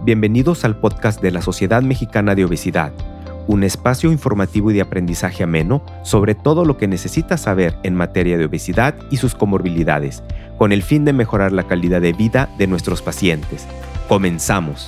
Bienvenidos al podcast de la Sociedad Mexicana de Obesidad, un espacio informativo y de aprendizaje ameno sobre todo lo que necesitas saber en materia de obesidad y sus comorbilidades, con el fin de mejorar la calidad de vida de nuestros pacientes. ¡Comenzamos!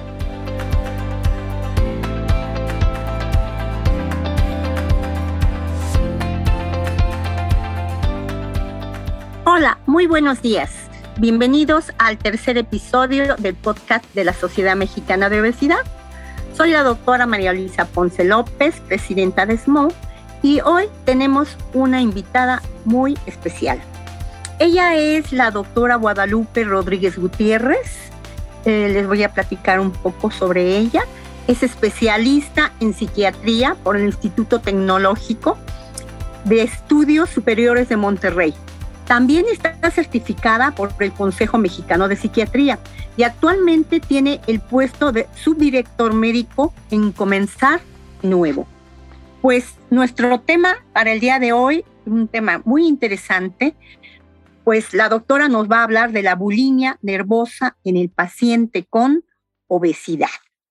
Hola, muy buenos días. Bienvenidos al tercer episodio del podcast de la Sociedad Mexicana de Obesidad. Soy la doctora María Luisa Ponce López, presidenta de SMO, y hoy tenemos una invitada muy especial. Ella es la doctora Guadalupe Rodríguez Gutiérrez. Les voy a platicar un poco sobre ella. Es especialista en psiquiatría por el Instituto Tecnológico de Estudios Superiores de Monterrey. También está certificada por el Consejo Mexicano de Psiquiatría y actualmente tiene el puesto de subdirector médico en Comenzar Nuevo. Pues nuestro tema para el día de hoy, un tema muy interesante, pues la doctora nos va a hablar de la bulimia nervosa en el paciente con obesidad.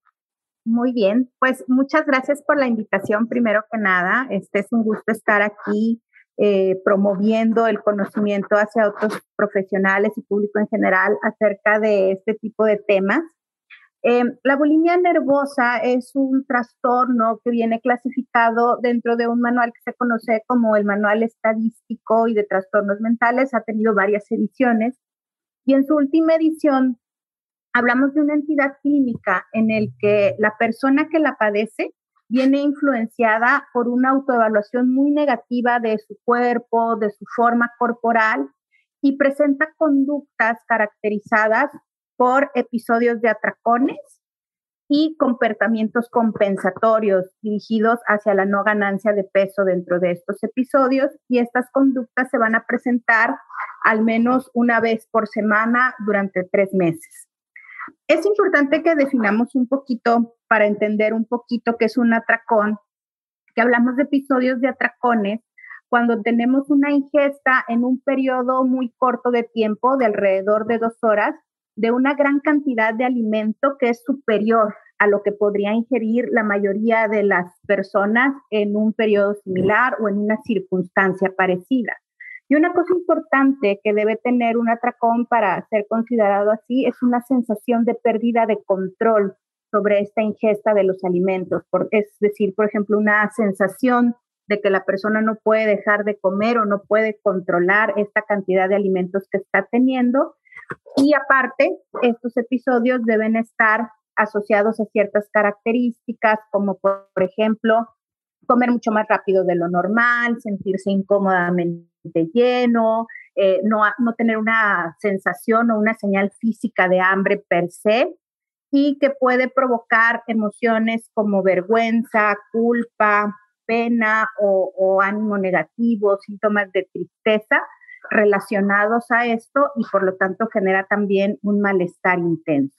Muy bien, pues muchas gracias por la invitación, primero que nada. Es un gusto estar aquí promoviendo el conocimiento hacia otros profesionales y público en general acerca de este tipo de temas. La bulimia nervosa es un trastorno que viene clasificado dentro de un manual que se conoce como el Manual Estadístico y de Trastornos Mentales. Ha tenido varias ediciones y en su última edición hablamos de una entidad clínica en el que la persona que la padece viene influenciada por una autoevaluación muy negativa de su cuerpo, de su forma corporal y presenta conductas caracterizadas por episodios de atracones y comportamientos compensatorios dirigidos hacia la no ganancia de peso dentro de estos episodios, y estas conductas se van a presentar al menos una vez por semana durante 3 meses. Es importante que definamos un poquito para entender un poquito qué es un atracón, que hablamos de episodios de atracones cuando tenemos una ingesta en un periodo muy corto de tiempo, de alrededor de 2 horas, de una gran cantidad de alimento que es superior a lo que podría ingerir la mayoría de las personas en un periodo similar o en una circunstancia parecida. Y una cosa importante que debe tener un atracón para ser considerado así es una sensación de pérdida de control sobre esta ingesta de los alimentos. Es decir, por ejemplo, una sensación de que la persona no puede dejar de comer o no puede controlar esta cantidad de alimentos que está teniendo. Y aparte, estos episodios deben estar asociados a ciertas características, como por ejemplo, comer mucho más rápido de lo normal, sentirse incómodamente lleno, no tener una sensación o una señal física de hambre per se, y que puede provocar emociones como vergüenza, culpa, pena o ánimo negativo, síntomas de tristeza relacionados a esto, y por lo tanto genera también un malestar intenso.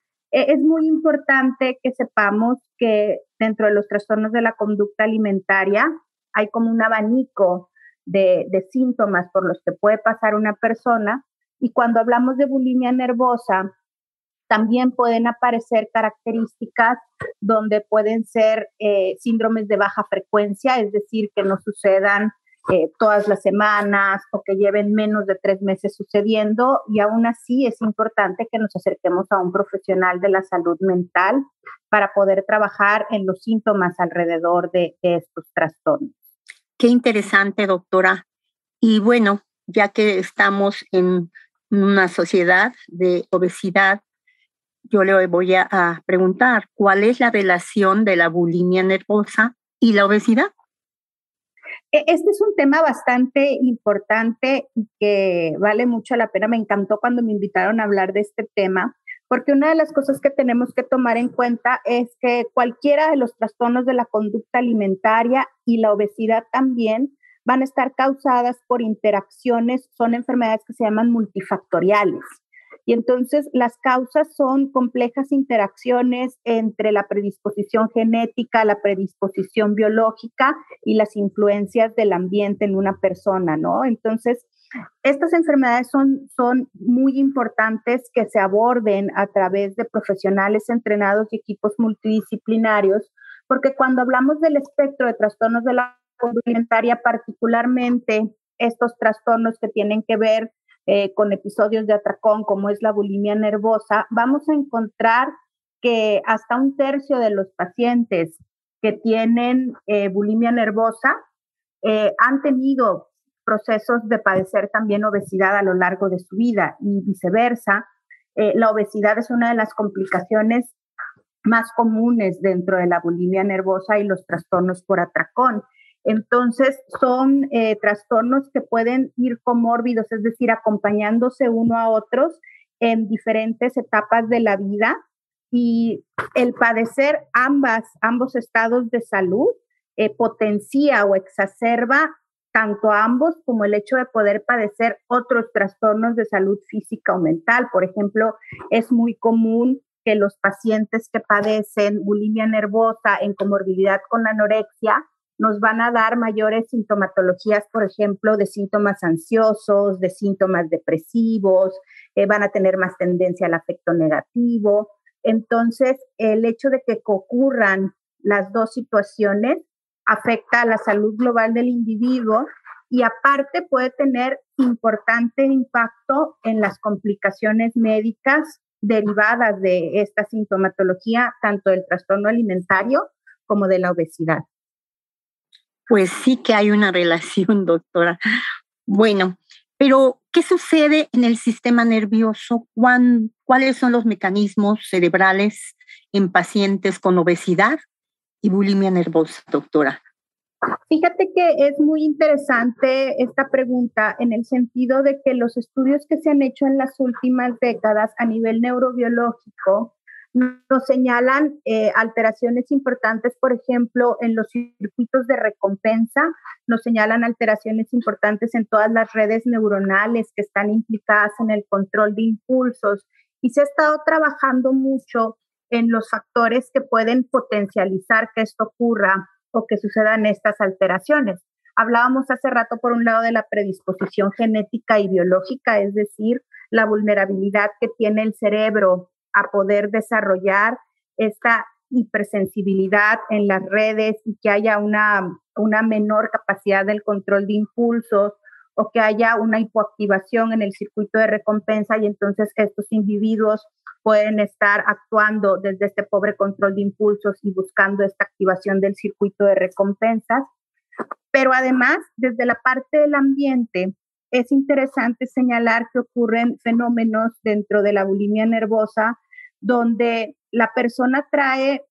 Es muy importante que sepamos que dentro de los trastornos de la conducta alimentaria hay como un abanico de síntomas por los que puede pasar una persona, y cuando hablamos de bulimia nervosa también pueden aparecer características donde pueden ser síndromes de baja frecuencia, es decir, que no sucedan todas las semanas o que lleven menos de 3 meses sucediendo, y aún así es importante que nos acerquemos a un profesional de la salud mental para poder trabajar en los síntomas alrededor de estos trastornos. Qué interesante, doctora. Y bueno, ya que estamos en una sociedad de obesidad, yo le voy a preguntar, ¿cuál es la relación de la bulimia nervosa y la obesidad? Este es un tema bastante importante y que vale mucho la pena. Me encantó cuando me invitaron a hablar de este tema, porque una de las cosas que tenemos que tomar en cuenta es que cualquiera de los trastornos de la conducta alimentaria y la obesidad también van a estar causadas por interacciones, son enfermedades que se llaman multifactoriales. Y entonces las causas son complejas interacciones entre la predisposición genética, la predisposición biológica y las influencias del ambiente en una persona, ¿no? Entonces, Estas enfermedades son muy importantes que se aborden a través de profesionales entrenados y equipos multidisciplinarios, porque cuando hablamos del espectro de trastornos de la conducta alimentaria, particularmente estos trastornos que tienen que ver con episodios de atracón, como es la bulimia nervosa, vamos a encontrar que hasta un tercio de los pacientes que tienen bulimia nervosa han tenido procesos de padecer también obesidad a lo largo de su vida y viceversa. La obesidad es una de las complicaciones más comunes dentro de la bulimia nervosa y los trastornos por atracón. Entonces, son trastornos que pueden ir comórbidos, es decir, acompañándose uno a otros en diferentes etapas de la vida, y el padecer ambos estados de salud potencia o exacerba tanto a ambos como el hecho de poder padecer otros trastornos de salud física o mental. Por ejemplo, es muy común que los pacientes que padecen bulimia nervosa en comorbilidad con la anorexia nos van a dar mayores sintomatologías, por ejemplo, de síntomas ansiosos, de síntomas depresivos, van a tener más tendencia al afecto negativo. Entonces, el hecho de que ocurran las dos situaciones afecta a la salud global del individuo y aparte puede tener importante impacto en las complicaciones médicas derivadas de esta sintomatología, tanto del trastorno alimentario como de la obesidad. Pues sí que hay una relación, doctora. Bueno, pero ¿qué sucede en el sistema nervioso? ¿Cuáles son los mecanismos cerebrales en pacientes con obesidad y bulimia nervosa, doctora? Fíjate que es muy interesante esta pregunta en el sentido de que los estudios que se han hecho en las últimas décadas a nivel neurobiológico nos señalan alteraciones importantes, por ejemplo, en los circuitos de recompensa, nos señalan alteraciones importantes en todas las redes neuronales que están implicadas en el control de impulsos, y se ha estado trabajando mucho en los factores que pueden potencializar que esto ocurra o que sucedan estas alteraciones. Hablábamos hace rato, por un lado, de la predisposición genética y biológica, es decir, la vulnerabilidad que tiene el cerebro a poder desarrollar esta hipersensibilidad en las redes y que haya una menor capacidad del control de impulsos, o que haya una hipoactivación en el circuito de recompensa, y entonces estos individuos pueden estar actuando desde este pobre control de impulsos y buscando esta activación del circuito de recompensas. Pero además, desde la parte del ambiente, es interesante señalar que ocurren fenómenos dentro de la bulimia nervosa donde la persona trae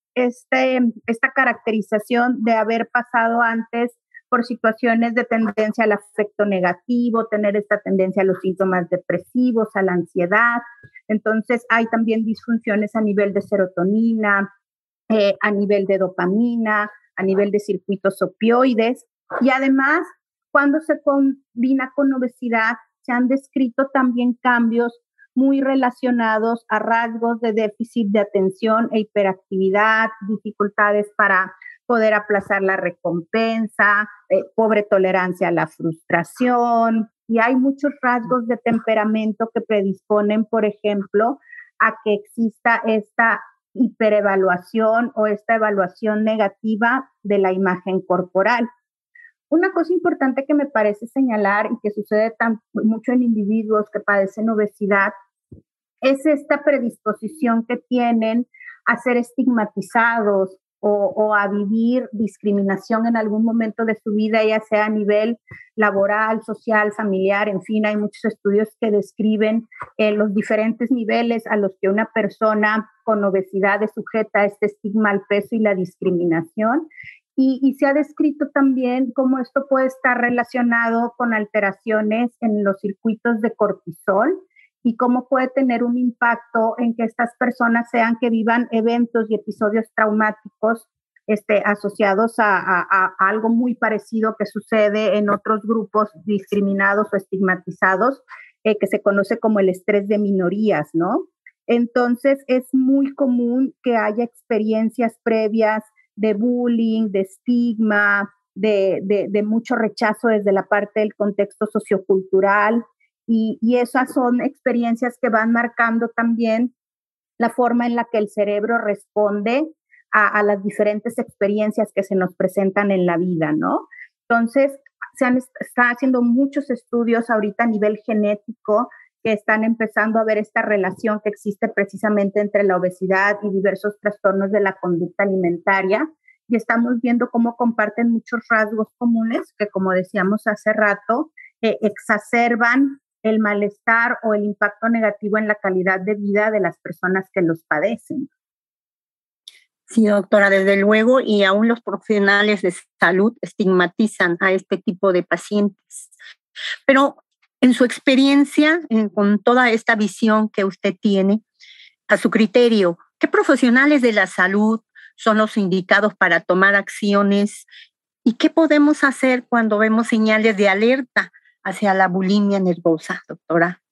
esta caracterización de haber pasado antes por situaciones de tendencia al afecto negativo, tener esta tendencia a los síntomas depresivos, a la ansiedad. Entonces hay también disfunciones a nivel de serotonina, a nivel de dopamina, a nivel de circuitos opioides. Y además, cuando se combina con obesidad, se han descrito también cambios muy relacionados a rasgos de déficit de atención e hiperactividad, dificultades para poder aplazar la recompensa, pobre tolerancia a la frustración, y hay muchos rasgos de temperamento que predisponen, por ejemplo, a que exista esta hiperevaluación o esta evaluación negativa de la imagen corporal. Una cosa importante que me parece señalar y que sucede mucho en individuos que padecen obesidad es esta predisposición que tienen a ser estigmatizados o a vivir discriminación en algún momento de su vida, ya sea a nivel laboral, social, familiar, en fin, hay muchos estudios que describen los diferentes niveles a los que una persona con obesidad es sujeta a este estigma al peso y la discriminación. Y se ha descrito también cómo esto puede estar relacionado con alteraciones en los circuitos de cortisol y cómo puede tener un impacto en que estas personas sean que vivan eventos y episodios traumáticos asociados a algo muy parecido que sucede en otros grupos discriminados o estigmatizados, que se conoce como el estrés de minorías, ¿no? Entonces, es muy común que haya experiencias previas de bullying, de estigma, de mucho rechazo desde la parte del contexto sociocultural, y esas son experiencias que van marcando también la forma en la que el cerebro responde a las diferentes experiencias que se nos presentan en la vida, ¿no? Entonces, está haciendo muchos estudios ahorita a nivel genético que están empezando a ver esta relación que existe precisamente entre la obesidad y diversos trastornos de la conducta alimentaria, y estamos viendo cómo comparten muchos rasgos comunes que, como decíamos hace rato, exacerban el malestar o el impacto negativo en la calidad de vida de las personas que los padecen. Sí, doctora, desde luego, y aún los profesionales de salud estigmatizan a este tipo de pacientes. Pero en su experiencia, con toda esta visión que usted tiene, a su criterio, ¿qué profesionales de la salud son los indicados para tomar acciones? ¿Y qué podemos hacer cuando vemos señales de alerta hacia la bulimia nervosa, doctora?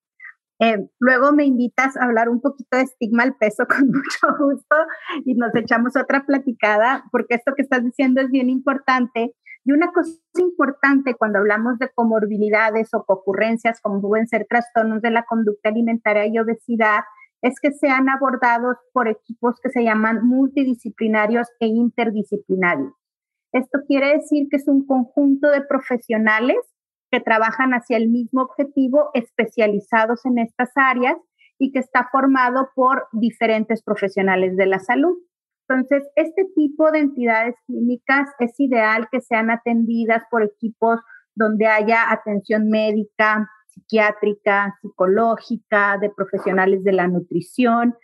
Luego me invitas a hablar un poquito de estigma al peso con mucho gusto y nos echamos otra platicada, porque esto que estás diciendo es bien importante. Y una cosa importante cuando hablamos de comorbilidades o concurrencias, como pueden ser trastornos de la conducta alimentaria y obesidad, es que sean abordados por equipos que se llaman multidisciplinarios e interdisciplinarios. Esto quiere decir que es un conjunto de profesionales que trabajan hacia el mismo objetivo, especializados en estas áreas, y que está formado por diferentes profesionales de la salud. Entonces, este tipo de entidades clínicas es ideal que sean atendidas por equipos donde haya atención médica, psiquiátrica, psicológica, de profesionales de la nutrición,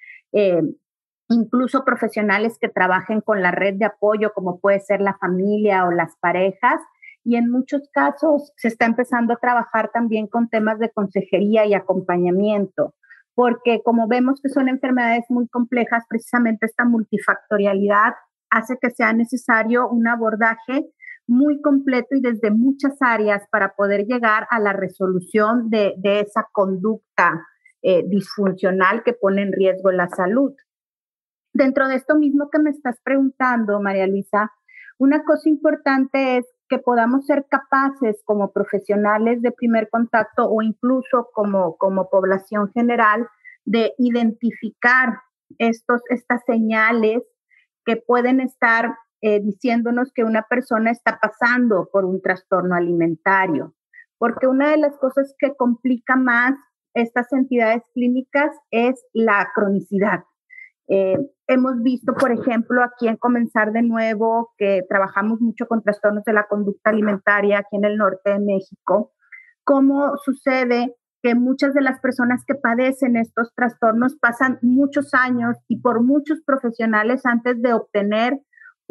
incluso profesionales que trabajen con la red de apoyo, como puede ser la familia o las parejas. Y en muchos casos se está empezando a trabajar también con temas de consejería y acompañamiento, porque como vemos que son enfermedades muy complejas, precisamente esta multifactorialidad hace que sea necesario un abordaje muy completo y desde muchas áreas para poder llegar a la resolución de esa conducta disfuncional que pone en riesgo la salud. Dentro de esto mismo que me estás preguntando, María Luisa, una cosa importante es que podamos ser capaces como profesionales de primer contacto o incluso como población general de identificar estas señales que pueden estar diciéndonos que una persona está pasando por un trastorno alimentario. Porque una de las cosas que complica más estas entidades clínicas es la cronicidad. Hemos visto, por ejemplo, aquí en Comenzar de Nuevo, que trabajamos mucho con trastornos de la conducta alimentaria aquí en el norte de México, cómo sucede que muchas de las personas que padecen estos trastornos pasan muchos años y por muchos profesionales antes de obtener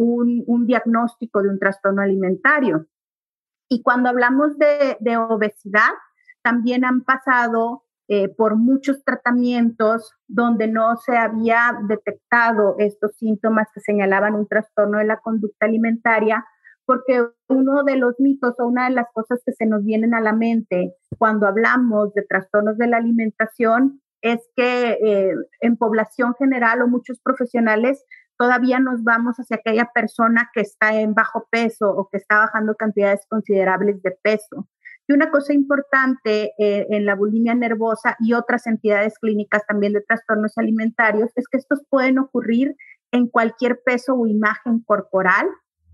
un diagnóstico de un trastorno alimentario. Y cuando hablamos de obesidad, también han pasado por muchos tratamientos donde no se había detectado estos síntomas que señalaban un trastorno de la conducta alimentaria, porque uno de los mitos o una de las cosas que se nos vienen a la mente cuando hablamos de trastornos de la alimentación es que en población general o muchos profesionales todavía nos vamos hacia aquella persona que está en bajo peso o que está bajando cantidades considerables de peso. Y una cosa importante en la bulimia nervosa y otras entidades clínicas también de trastornos alimentarios es que estos pueden ocurrir en cualquier peso o imagen corporal.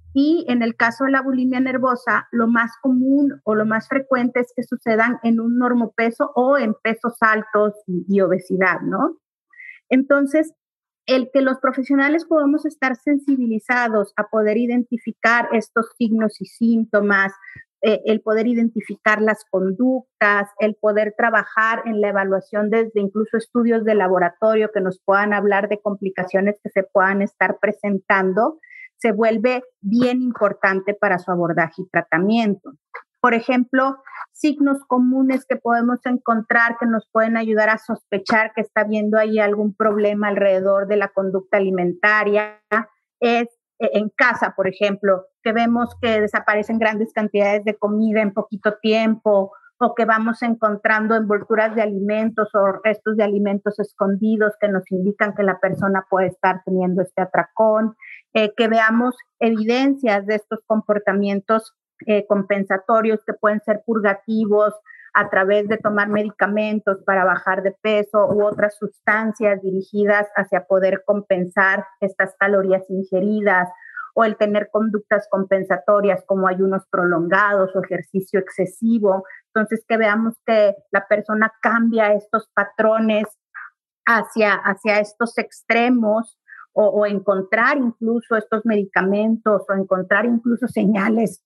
Y en el caso de la bulimia nervosa, lo más común o lo más frecuente es que sucedan en un normopeso o en pesos altos y obesidad, ¿no? Entonces, el que los profesionales podamos estar sensibilizados a poder identificar estos signos y síntomas, el poder identificar las conductas, el poder trabajar en la evaluación desde incluso estudios de laboratorio que nos puedan hablar de complicaciones que se puedan estar presentando, se vuelve bien importante para su abordaje y tratamiento. Por ejemplo, signos comunes que podemos encontrar que nos pueden ayudar a sospechar que está habiendo ahí algún problema alrededor de la conducta alimentaria es en casa, por ejemplo, que vemos que desaparecen grandes cantidades de comida en poquito tiempo, o que vamos encontrando envolturas de alimentos o restos de alimentos escondidos que nos indican que la persona puede estar teniendo este atracón. que veamos evidencias de estos comportamientos compensatorios que pueden ser purgativos a través de tomar medicamentos para bajar de peso u otras sustancias dirigidas hacia poder compensar estas calorías ingeridas, o el tener conductas compensatorias como ayunos prolongados o ejercicio excesivo. Entonces, que veamos que la persona cambia estos patrones hacia estos extremos, o encontrar incluso estos medicamentos, o encontrar incluso señales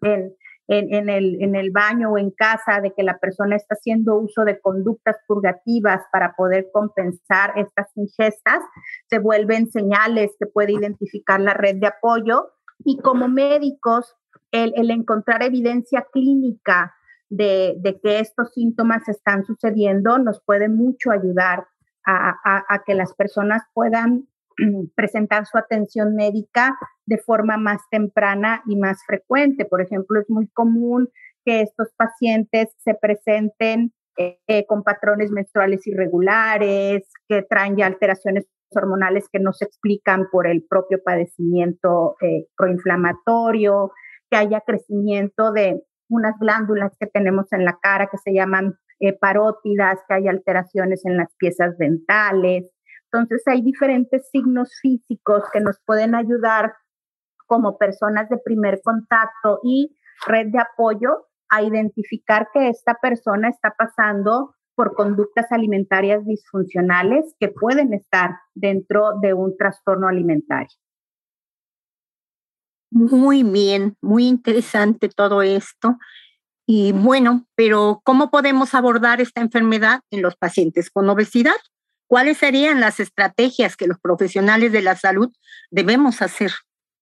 en el baño o en casa de que la persona está haciendo uso de conductas purgativas para poder compensar estas ingestas, se vuelven señales que puede identificar la red de apoyo. Y como médicos, el encontrar evidencia clínica de que estos síntomas están sucediendo nos puede mucho ayudar a que las personas puedan presentar su atención médica de forma más temprana y más frecuente. Por ejemplo, es muy común que estos pacientes se presenten con patrones menstruales irregulares, que traen ya alteraciones hormonales que no se explican por el propio padecimiento proinflamatorio, que haya crecimiento de unas glándulas que tenemos en la cara que se llaman parótidas, que haya alteraciones en las piezas dentales. Entonces, hay diferentes signos físicos que nos pueden ayudar como personas de primer contacto y red de apoyo a identificar que esta persona está pasando por conductas alimentarias disfuncionales que pueden estar dentro de un trastorno alimentario. Muy bien, muy interesante todo esto. Y bueno, pero ¿cómo podemos abordar esta enfermedad en los pacientes con obesidad? ¿Cuáles serían las estrategias que los profesionales de la salud debemos hacer?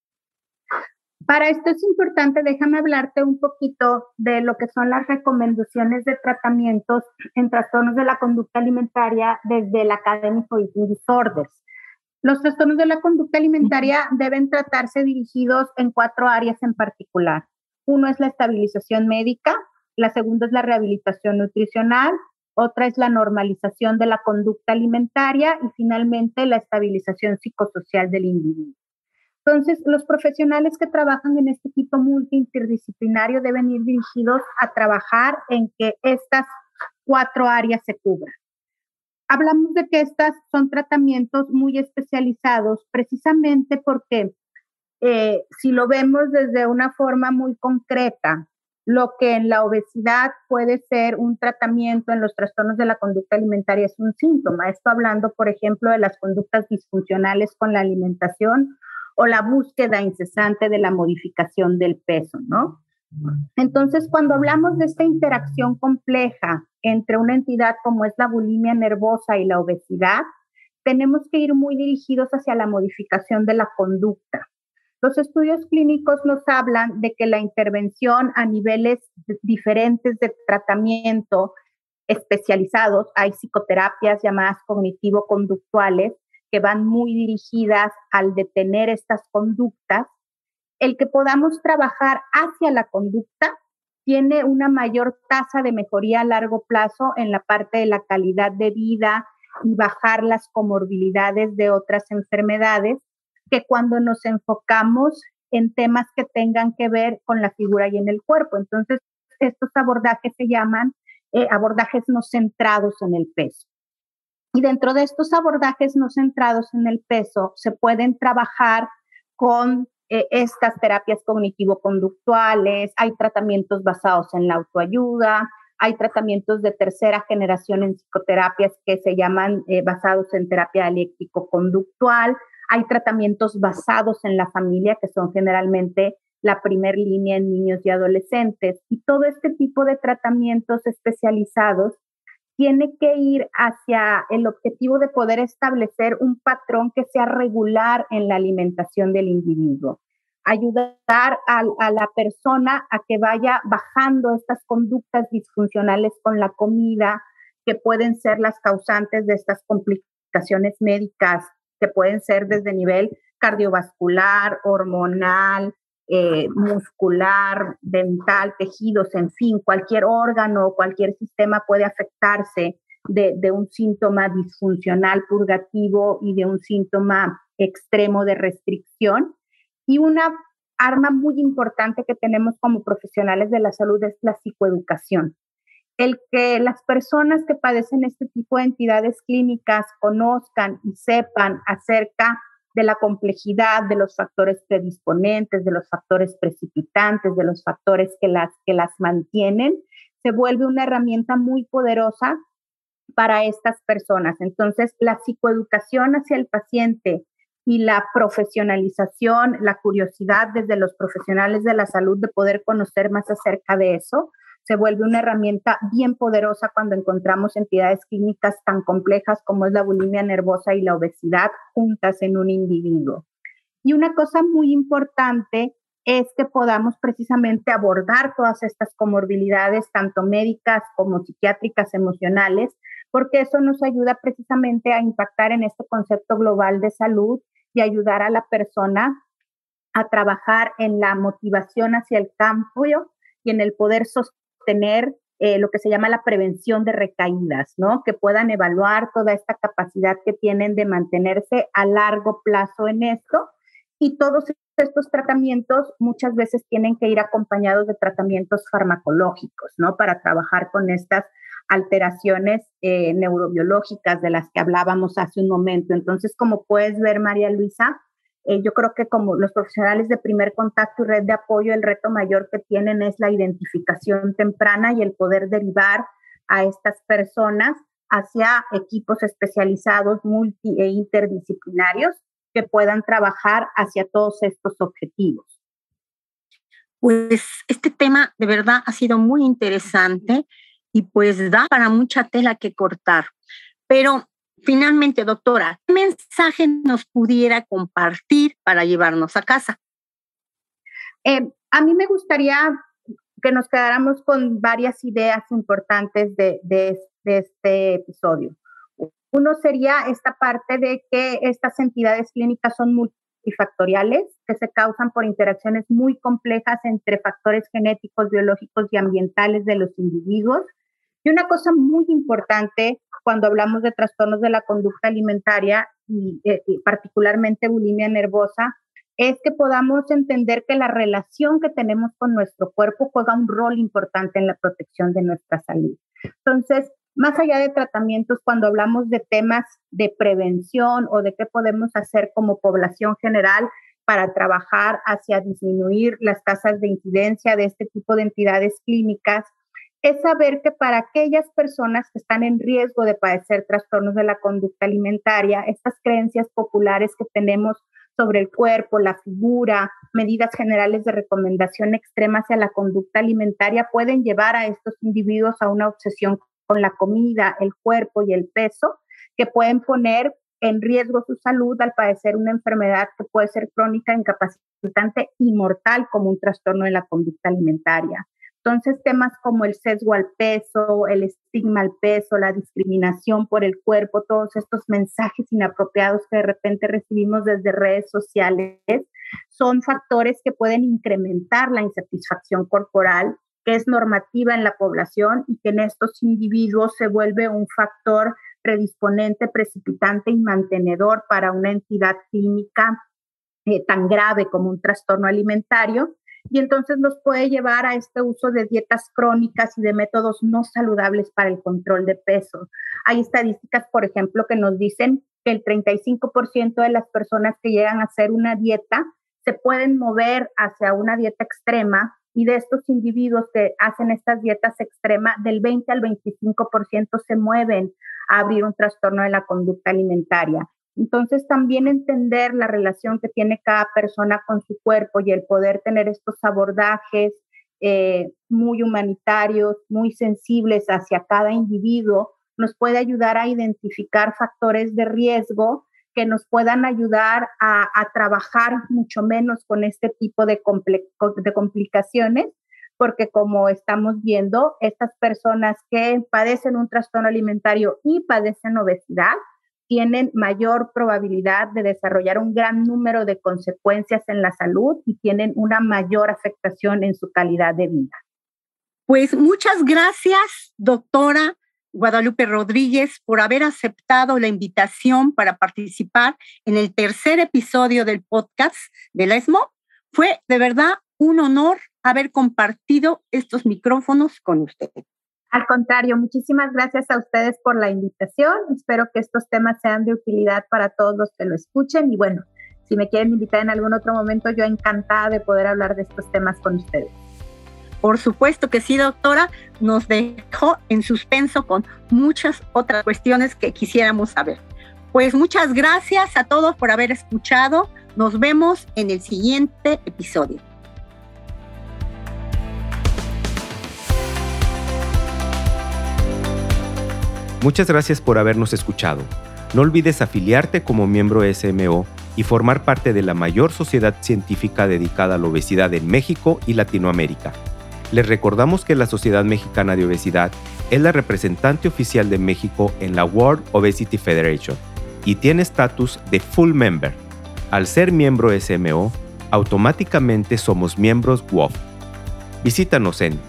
Para esto es importante, déjame hablarte un poquito de lo que son las recomendaciones de tratamientos en trastornos de la conducta alimentaria desde el Academy for Eating Disorders. Los trastornos de la conducta alimentaria deben tratarse dirigidos en 4 áreas en particular. Uno es la estabilización médica, la segunda es la rehabilitación nutricional, otra es la normalización de la conducta alimentaria y finalmente la estabilización psicosocial del individuo. Entonces, los profesionales que trabajan en este equipo multiinterdisciplinario deben ir dirigidos a trabajar en que estas 4 áreas se cubran. Hablamos de que estas son tratamientos muy especializados precisamente porque si lo vemos desde una forma muy concreta, lo que en la obesidad puede ser un tratamiento en los trastornos de la conducta alimentaria es un síntoma. Esto hablando, por ejemplo, de las conductas disfuncionales con la alimentación o la búsqueda incesante de la modificación del peso, ¿no? Entonces, cuando hablamos de esta interacción compleja entre una entidad como es la bulimia nervosa y la obesidad, tenemos que ir muy dirigidos hacia la modificación de la conducta. Los estudios clínicos nos hablan de que la intervención a niveles diferentes de tratamiento especializados, hay psicoterapias llamadas cognitivo-conductuales que van muy dirigidas al detener estas conductas. El que podamos trabajar hacia la conducta tiene una mayor tasa de mejoría a largo plazo en la parte de la calidad de vida y bajar las comorbilidades de otras enfermedades, que cuando nos enfocamos en temas que tengan que ver con la figura y en el cuerpo. Entonces, estos abordajes se llaman abordajes no centrados en el peso. Y dentro de estos abordajes no centrados en el peso, se pueden trabajar con estas terapias cognitivo-conductuales, hay tratamientos basados en la autoayuda, hay tratamientos de tercera generación en psicoterapias que se llaman basados en terapia dialéctico-conductual, hay tratamientos basados en la familia, que son generalmente la primer línea en niños y adolescentes. Y todo este tipo de tratamientos especializados tiene que ir hacia el objetivo de poder establecer un patrón que sea regular en la alimentación del individuo. Ayudar a la persona a que vaya bajando estas conductas disfuncionales con la comida, que pueden ser las causantes de estas complicaciones médicas, que pueden ser desde nivel cardiovascular, hormonal, muscular, dental, tejidos, en fin, cualquier órgano o cualquier sistema puede afectarse de un síntoma disfuncional purgativo y de un síntoma extremo de restricción. Y una arma muy importante que tenemos como profesionales de la salud es la psicoeducación. El que las personas que padecen este tipo de entidades clínicas conozcan y sepan acerca de la complejidad de los factores predisponentes, de los factores precipitantes, de los factores que las mantienen, se vuelve una herramienta muy poderosa para estas personas. Entonces, la psicoeducación hacia el paciente y la profesionalización, la curiosidad desde los profesionales de la salud de poder conocer más acerca de eso, se vuelve una herramienta bien poderosa cuando encontramos entidades clínicas tan complejas como es la bulimia nervosa y la obesidad juntas en un individuo. Y una cosa muy importante es que podamos precisamente abordar todas estas comorbilidades, tanto médicas como psiquiátricas, emocionales, porque eso nos ayuda precisamente a impactar en este concepto global de salud y ayudar a la persona a trabajar en la motivación hacia el cambio y en el poder sostener lo que se llama la prevención de recaídas, ¿no? Que puedan evaluar toda esta capacidad que tienen de mantenerse a largo plazo en esto. Y todos estos tratamientos muchas veces tienen que ir acompañados de tratamientos farmacológicos, ¿no? Para trabajar con estas alteraciones neurobiológicas de las que hablábamos hace un momento. Entonces, como puedes ver, María Luisa, yo creo que como los profesionales de primer contacto y red de apoyo, el reto mayor que tienen es la identificación temprana y el poder derivar a estas personas hacia equipos especializados multi e interdisciplinarios que puedan trabajar hacia todos estos objetivos. Pues este tema de verdad ha sido muy interesante y pues da para mucha tela que cortar. Pero finalmente, doctora, ¿qué mensaje nos pudiera compartir para llevarnos a casa? A mí me gustaría que nos quedáramos con varias ideas importantes de este episodio. Uno sería esta parte de que estas entidades clínicas son multifactoriales, que se causan por interacciones muy complejas entre factores genéticos, biológicos y ambientales de los individuos. Y una cosa muy importante cuando hablamos de trastornos de la conducta alimentaria y particularmente bulimia nervosa, es que podamos entender que la relación que tenemos con nuestro cuerpo juega un rol importante en la protección de nuestra salud. Entonces, más allá de tratamientos, cuando hablamos de temas de prevención o de qué podemos hacer como población general para trabajar hacia disminuir las tasas de incidencia de este tipo de entidades clínicas, es saber que para aquellas personas que están en riesgo de padecer trastornos de la conducta alimentaria, estas creencias populares que tenemos sobre el cuerpo, la figura, medidas generales de recomendación extrema hacia la conducta alimentaria pueden llevar a estos individuos a una obsesión con la comida, el cuerpo y el peso, que pueden poner en riesgo su salud al padecer una enfermedad que puede ser crónica, incapacitante y mortal como un trastorno de la conducta alimentaria. Entonces, temas como el sesgo al peso, el estigma al peso, la discriminación por el cuerpo, todos estos mensajes inapropiados que de repente recibimos desde redes sociales, son factores que pueden incrementar la insatisfacción corporal, que es normativa en la población y que en estos individuos se vuelve un factor predisponente, precipitante y mantenedor para una entidad clínica tan grave como un trastorno alimentario. Y entonces nos puede llevar a este uso de dietas crónicas y de métodos no saludables para el control de peso. Hay estadísticas, por ejemplo, que nos dicen que el 35% de las personas que llegan a hacer una dieta se pueden mover hacia una dieta extrema, y de estos individuos que hacen estas dietas extremas, del 20 al 25% se mueven a abrir un trastorno de la conducta alimentaria. Entonces, también entender la relación que tiene cada persona con su cuerpo y el poder tener estos abordajes muy humanitarios, muy sensibles hacia cada individuo, nos puede ayudar a identificar factores de riesgo que nos puedan ayudar a trabajar mucho menos con este tipo de complicaciones, porque como estamos viendo, estas personas que padecen un trastorno alimentario y padecen obesidad, tienen mayor probabilidad de desarrollar un gran número de consecuencias en la salud y tienen una mayor afectación en su calidad de vida. Pues muchas gracias, doctora Guadalupe Rodríguez, por haber aceptado la invitación para participar en el tercer episodio del podcast de la ESMO. Fue de verdad un honor haber compartido estos micrófonos con ustedes. Al contrario, muchísimas gracias a ustedes por la invitación. Espero que estos temas sean de utilidad para todos los que lo escuchen. Y bueno, si me quieren invitar en algún otro momento, yo encantada de poder hablar de estos temas con ustedes. Por supuesto que sí, doctora. Nos dejó en suspenso con muchas otras cuestiones que quisiéramos saber. Pues muchas gracias a todos por haber escuchado. Nos vemos en el siguiente episodio. Muchas gracias por habernos escuchado. No olvides afiliarte como miembro SMO y formar parte de la mayor sociedad científica dedicada a la obesidad en México y Latinoamérica. Les recordamos que la Sociedad Mexicana de Obesidad es la representante oficial de México en la World Obesity Federation y tiene estatus de Full Member. Al ser miembro SMO, automáticamente somos miembros WOF. Visítanos en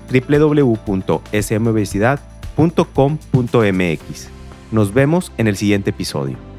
www.smobesidad.com.mx. Nos vemos en el siguiente episodio.